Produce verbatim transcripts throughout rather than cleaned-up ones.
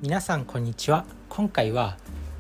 皆さんこんにちは。今回は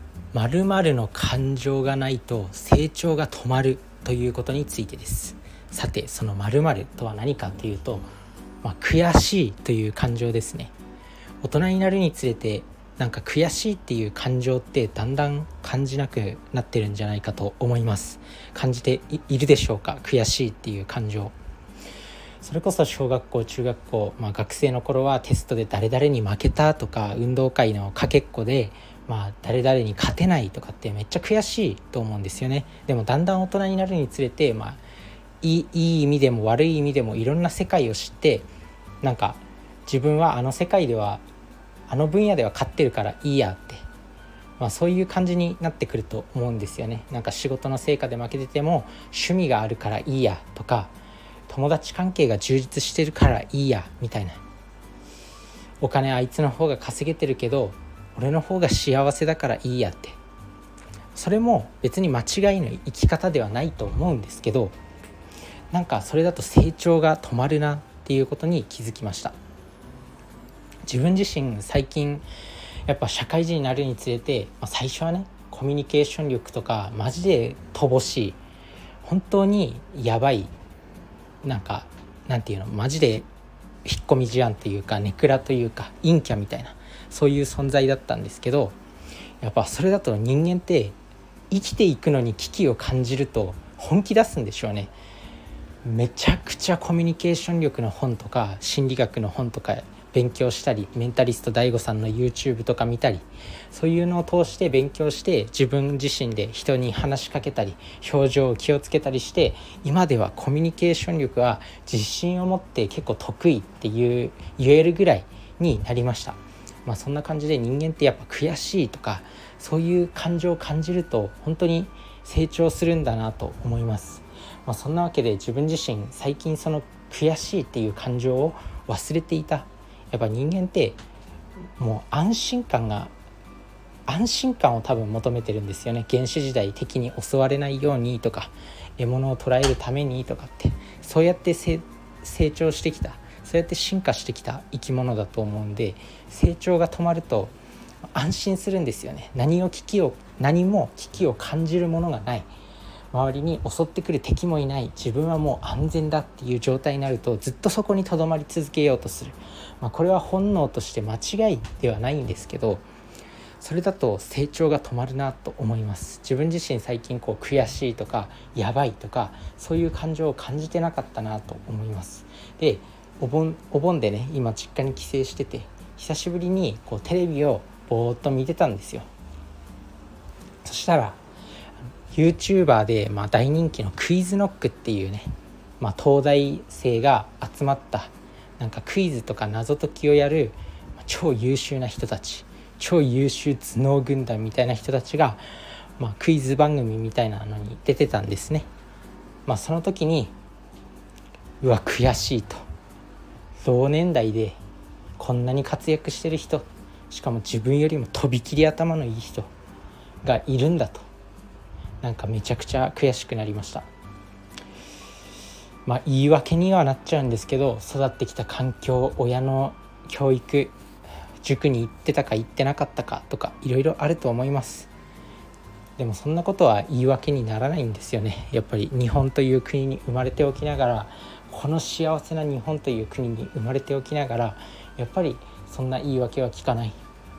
〇〇の感情がないと成長が止まるということについてです。さて、その〇〇とは何かというと、まあ、悔しいという感情ですね。大人になるにつれてなんか悔しいっていう感情ってだんだん感じなくなってるんじゃないかと思います。感じて い, いるでしょうか？悔しいっていう感情。それこそ小学校中学校、まあ、学生の頃はテストで誰々に負けたとか、運動会のかけっこで、まあ、誰々に勝てないとかってめっちゃ悔しいと思うんですよね。でもだんだん大人になるにつれて、まあ、いい、いい意味でも悪い意味でもいろんな世界を知って、なんか自分はあの世界ではあの分野では勝ってるからいいやって、まあ、そういう感じになってくると思うんですよね。なんか仕事の成果で負けてても趣味があるからいいやとか、友達関係が充実してるからいいやみたいな、お金あいつの方が稼げてるけど俺の方が幸せだからいいやって、それも別に間違いの生き方ではないと思うんですけど、なんかそれだと成長が止まるなっていうことに気づきました。自分自身最近やっぱ社会人になるにつれて、まあ、最初はねコミュニケーション力とかマジで乏しい、本当にやばい、なんかなんていうの、マジで引っ込み思案というかネクラというか陰キャみたいな、そういう存在だったんですけど、やっぱそれだと人間って生きていくのに危機を感じると本気出すんでしょうね。めちゃくちゃコミュニケーション力の本とか心理学の本とか勉強したり、メンタリスト ダイゴ さんの YouTube とか見たり、そういうのを通して勉強して自分自身で人に話しかけたり表情を気をつけたりして、今ではコミュニケーション力は自信を持って結構得意っていう言えるぐらいになりました。まあそんな感じで人間ってやっぱ悔しいとかそういう感情を感じると本当に成長するんだなと思います。まあ、そんなわけで自分自身最近その悔しいっていう感情を忘れていた。やっぱ人間ってもう安心感が安心感を多分求めてるんですよね。原始時代敵に襲われないようにとか獲物を捕らえるためにとかって、そうやって成長してきた、そうやって進化してきた生き物だと思うんで、成長が止まると安心するんですよね。何を危機を何も危機を感じるものがない、周りに襲ってくる敵もいない、自分はもう安全だっていう状態になるとずっとそこにとどまり続けようとする、まあ、これは本能として間違いではないんですけど、それだと成長が止まるなと思います。自分自身最近こう悔しいとかやばいとかそういう感情を感じてなかったなと思います。でお盆、お盆でね今実家に帰省してて、久しぶりにこうテレビをぼーっと見てたんですよ。そしたらYouTuber でまあ大人気のクイズノックっていうね、まあ、東大生が集まったなんかクイズとか謎解きをやる超優秀な人たち、超優秀頭脳軍団みたいな人たちが、まあ、クイズ番組みたいなのに出てたんですね。まあ、その時にうわ悔しいと、同年代でこんなに活躍してる人、しかも自分よりもとびきり頭のいい人がいるんだと、なんかめちゃくちゃ悔しくなりました。まあ言い訳にはなっちゃうんですけど、育ってきた環境、親の教育、塾に行ってたか行ってなかったかとかいろいろあると思います。でもそんなことは言い訳にならないんですよね。やっぱり日本という国に生まれておきながら、この幸せな日本という国に生まれておきながら、やっぱりそんな言い訳は聞かない。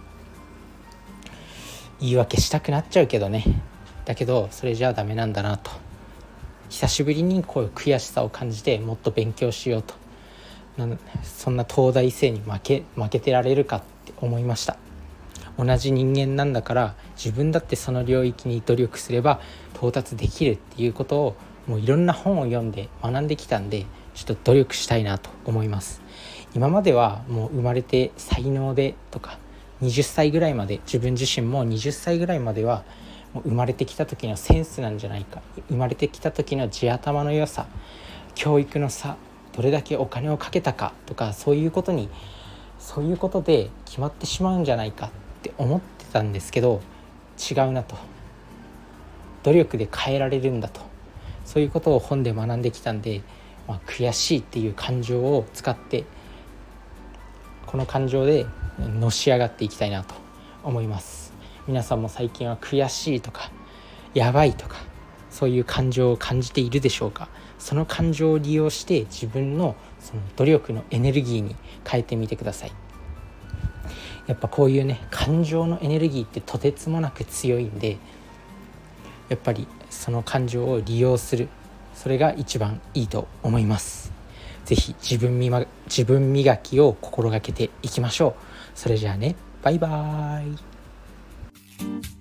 言い訳したくなっちゃうけどね、だけどそれじゃあダメなんだなと、久しぶりにこういう悔しさを感じてもっと勉強しようと、なそんな東大生に負け負けてられるかって思いました。同じ人間なんだから自分だってその領域に努力すれば到達できるっていうことをもういろんな本を読んで学んできたんで、ちょっと努力したいなと思います。今まではもう生まれて才能でとか、はたちぐらいまで、自分自身もはたちぐらいまではもう生まれてきた時のセンスなんじゃないか、生まれてきた時の地頭の良さ、教育の差、どれだけお金をかけたかとか、そういうことにそういうことで決まってしまうんじゃないかって思ってたんですけど、違うなと、努力で変えられるんだと、そういうことを本で学んできたんで、まあ、悔しいっていう感情を使って、この感情でのし上がっていきたいなと思います。皆さんも最近は悔しいとかやばいとかそういう感情を感じているでしょうか。その感情を利用して自分のその努力のエネルギーに変えてみてください。やっぱこういうね感情のエネルギーってとてつもなく強いんで、やっぱりその感情を利用する、それが一番いいと思います。ぜひ自分みま、自分磨きを心がけていきましょう。それじゃあね、バイバーイ。